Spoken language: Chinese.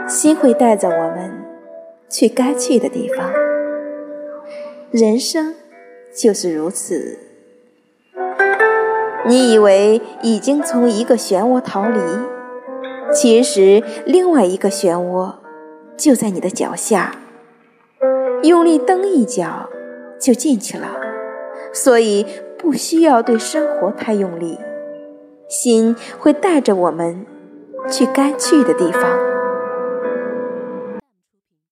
心会带着我们去该去的地方。人生就是如此。你以为已经从一个漩涡逃离，其实另外一个漩涡就在你的脚下，用力蹬一脚就进去了。所以不需要对生活太用力，心会带着我们去该去的地方。